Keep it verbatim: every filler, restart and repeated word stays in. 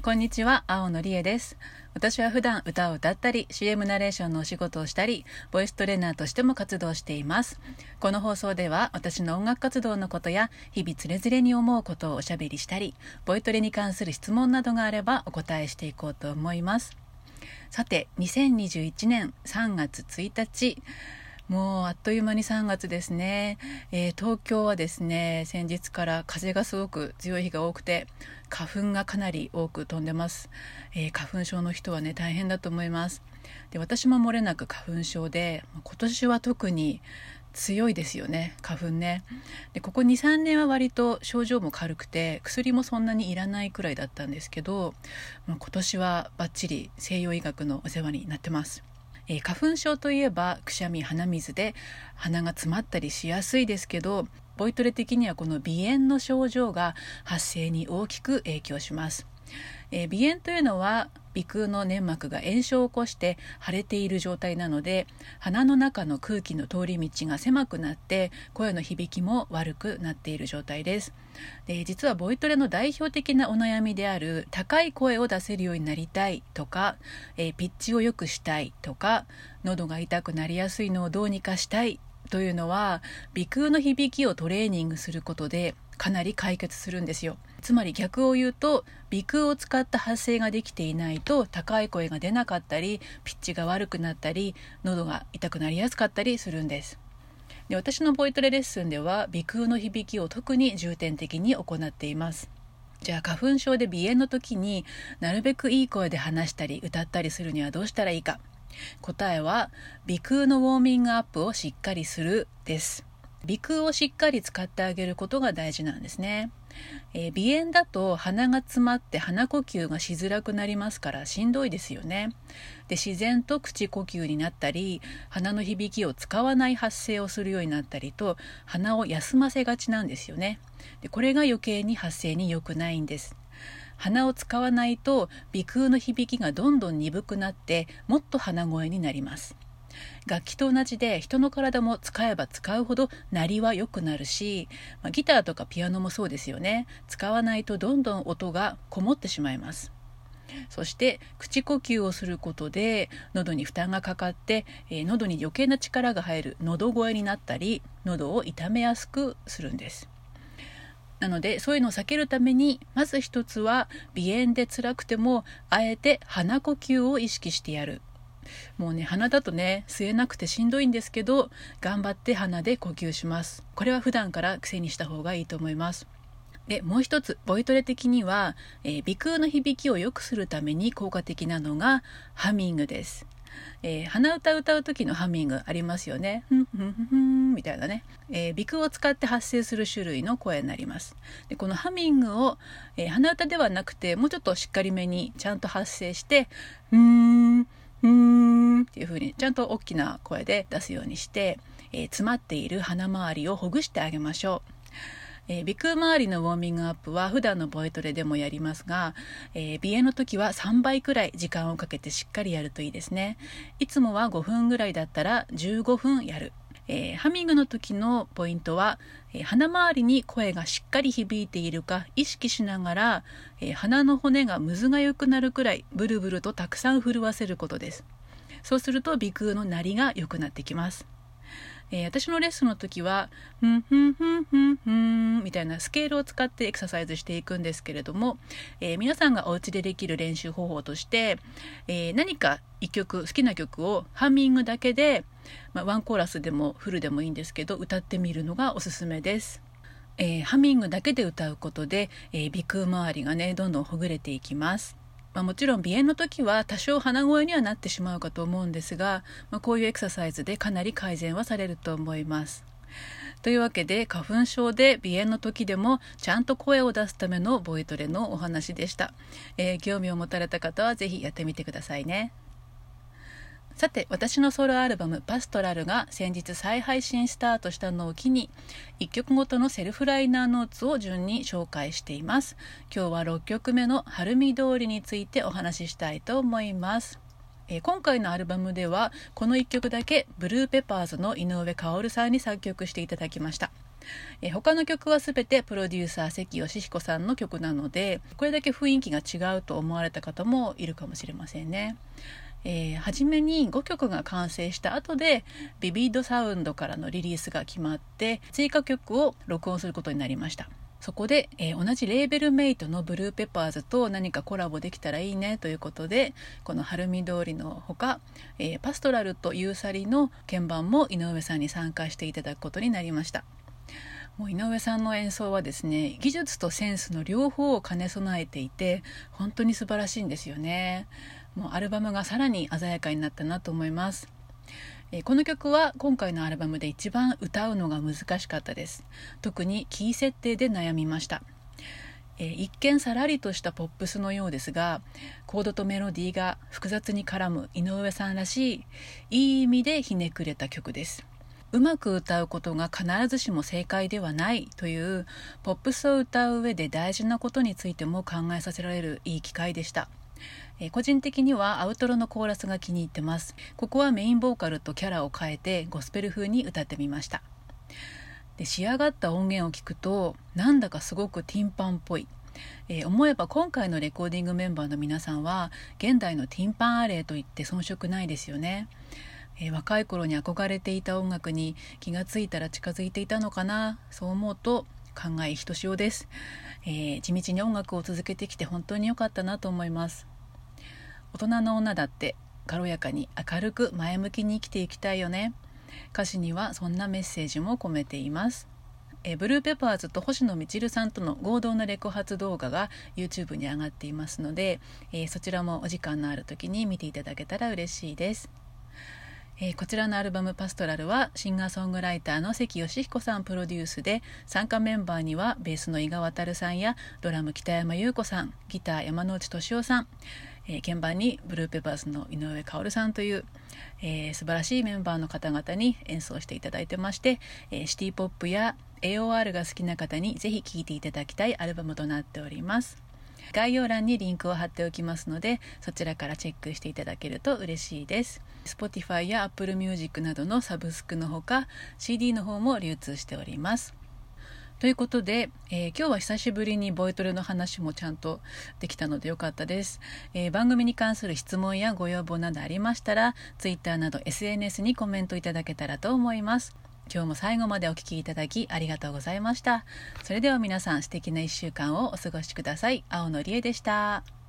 こんにちは、青野理恵です。私は普段歌を歌ったり シーエム ナレーションのお仕事をしたり、ボイストレーナーとしても活動しています。この放送では私の音楽活動のことや日々つれづれに思うことをおしゃべりしたり、ボイトレに関する質問などがあればお答えしていこうと思います。さて、にせんにじゅういちねんさんがつついたち、もうあっという間にさんがつですね、えー、東京はですね、先日から風がすごく強い日が多くて、花粉がかなり多く飛んでます。えー、花粉症の人はね、大変だと思います。で、私も漏れなく花粉症で、今年は特に強いですよね、花粉ね。で、ここ にさんねんは割と症状も軽くて、薬もそんなにいらないくらいだったんですけど、今年はバッチリ西洋医学のお世話になってます。えー、花粉症といえばくしゃみ、鼻水で鼻が詰まったりしやすいですけど、ボイトレ的にはこの鼻炎の症状が発声に大きく影響します。えー、鼻炎というのは鼻腔の粘膜が炎症を起こして腫れている状態なので、鼻の中の空気の通り道が狭くなって声の響きも悪くなっている状態です。で、実はボイトレの代表的なお悩みである高い声を出せるようになりたいとか、えー、ピッチを良くしたいとか、喉が痛くなりやすいのをどうにかしたいというのは、鼻腔の響きをトレーニングすることでかなり解決するんですよ。つまり逆を言うと、鼻腔を使った発声ができていないと高い声が出なかったり、ピッチが悪くなったり、喉が痛くなりやすかったりするんです。で、私のボイトレレッスンでは鼻腔の響きを特に重点的に行っています。じゃあ、花粉症で鼻炎の時になるべくいい声で話したり歌ったりするにはどうしたらいいか。答えは、鼻腔のウォーミングアップをしっかりするです。鼻腔をしっかり使ってあげることが大事なんですね。えー、鼻炎だと鼻が詰まって鼻呼吸がしづらくなりますからしんどいですよね。で、自然と口呼吸になったり、鼻の響きを使わない発声をするようになったりと、鼻を休ませがちなんですよね。で、これが余計に発声に良くないんです。鼻を使わないと鼻腔の響きがどんどん鈍くなって、もっと鼻声になります。楽器と同じで、人の体も使えば使うほど鳴りは良くなるし、まあ、ギターとかピアノもそうですよね。使わないとどんどん音がこもってしまいます。そして口呼吸をすることで喉に負担がかかって、えー、喉に余計な力が入る喉声になったり、喉を痛めやすくするんです。なので、そういうのを避けるために、まず一つは鼻炎で辛くてもあえて鼻呼吸を意識してやる。もうね、鼻だとね、吸えなくてしんどいんですけど、頑張って鼻で呼吸します。これは普段から癖にした方がいいと思います。で、もう一つ、ボイトレ的には、えー、鼻腔の響きを良くするために効果的なのがハミングです。えー、鼻歌歌う時のハミングありますよね。ふんふんふんふんみたいなね、えー、鼻腔を使って発声する種類の声になります。で、このハミングを、えー、鼻歌ではなくて、もうちょっとしっかりめにちゃんと発声して、うーんうーんっていう風にちゃんと大きな声で出すようにして、えー、詰まっている鼻周りをほぐしてあげましょう。えー、鼻腔周りのウォーミングアップは普段のボイトレでもやりますが、えー、鼻炎の時はさんばいくらい時間をかけてしっかりやるといいですね。いつもはごふんぐらいだったらじゅうごふんやる。えー、ハミングの時のポイントは、えー、鼻周りに声がしっかり響いているか意識しながら、えー、鼻の骨がむずがゆくなるくらいブルブルとたくさん震わせることです。そうすると鼻腔の鳴りが良くなってきます。えー、私のレッスンの時はふんふんふんふんふんみたいなスケールを使ってエクササイズしていくんですけれども、えー、皆さんがお家でできる練習方法として、えー、何か一曲、好きな曲をハミングだけで、まあ、ワンコーラスでもフルでもいいんですけど歌ってみるのがおすすめです。えー、ハミングだけで歌うことで、えー、鼻腔周りがねどんどんほぐれていきます。まあ、もちろん鼻炎の時は多少鼻声にはなってしまうかと思うんですが、まあ、こういうエクササイズでかなり改善はされると思います。というわけで、花粉症で鼻炎の時でもちゃんと声を出すためのボイトレのお話でした。えー、興味を持たれた方はぜひやってみてくださいね。さて、私のソロアルバムパストラルが先日再配信スタートしたのを機に、いっきょくごとのセルフライナーノーツを順に紹介しています。今日はろっきょくめの晴海通りについてお話ししたいと思います。えー、今回のアルバムではこのいっきょくだけブルーペパーズの井上薫さんに作曲していただきました。 えー、他の曲はすべてプロデューサー関義彦さんの曲なので、これだけ雰囲気が違うと思われた方もいるかもしれませんね。えー、初めにごきょくが完成した後でビビッドサウンドからのリリースが決まって、追加曲を録音することになりました。そこで、えー、同じレーベルメイトのブルーペッパーズと何かコラボできたらいいねということで、この晴海通りのほか、えー、パストラルとユーサリの鍵盤も井上さんに参加していただくことになりました。もう井上さんの演奏はですね、技術とセンスの両方を兼ね備えていて、本当に素晴らしいんですよね。もうアルバムがさらに鮮やかになったなと思います。この曲は今回のアルバムで一番歌うのが難しかったです。特にキー設定で悩みました。一見さらりとしたポップスのようですが、コードとメロディーが複雑に絡む井上さんらしい、いい意味でひねくれた曲です。うまく歌うことが必ずしも正解ではないというポップスを歌う上で大事なことについても考えさせられるいい機会でした。えー、個人的にはアウトロのコーラスが気に入ってます。ここはメインボーカルとキャラを変えてゴスペル風に歌ってみました。で、仕上がった音源を聞くとなんだかすごくティンパンっぽい。えー、思えば今回のレコーディングメンバーの皆さんは現代のティンパンアレイといって遜色ないですよね。えー、若い頃に憧れていた音楽に気がついたら近づいていたのかな、そう思うと考えひとしおです。えー、地道に音楽を続けてきて本当に良かったなと思います。大人の女だって軽やかに明るく前向きに生きていきたいよね。歌詞にはそんなメッセージも込めています。えブルーペパーズと星野みちるさんとの合同のレコ発動画が YouTube に上がっていますので、えー、そちらもお時間のある時に見ていただけたら嬉しいです。えー、こちらのアルバムパストラルはシンガーソングライターの関義彦さんプロデュースで、参加メンバーにはベースの伊賀渉さんやドラム北山優子さん、ギター山之内俊夫さん、えー、鍵盤にブルーペパーズの井上薫さんという、えー、素晴らしいメンバーの方々に演奏していただいてまして、えー、シティポップや エーオーアール が好きな方にぜひ聴いていただきたいアルバムとなっております。概要欄にリンクを貼っておきますので、そちらからチェックしていただけると嬉しいです。 Spotify や Apple Music などのサブスクのほか シーディー の方も流通しております。ということで、えー、今日は久しぶりにボイトレの話もちゃんとできたのでよかったです。えー、番組に関する質問やご要望などありましたら Twitter など エスエヌエス にコメントいただけたらと思います。今日も最後までお聞きいただきありがとうございました。それでは皆さん、素敵ないっしゅうかんをお過ごしください。青野理恵でした。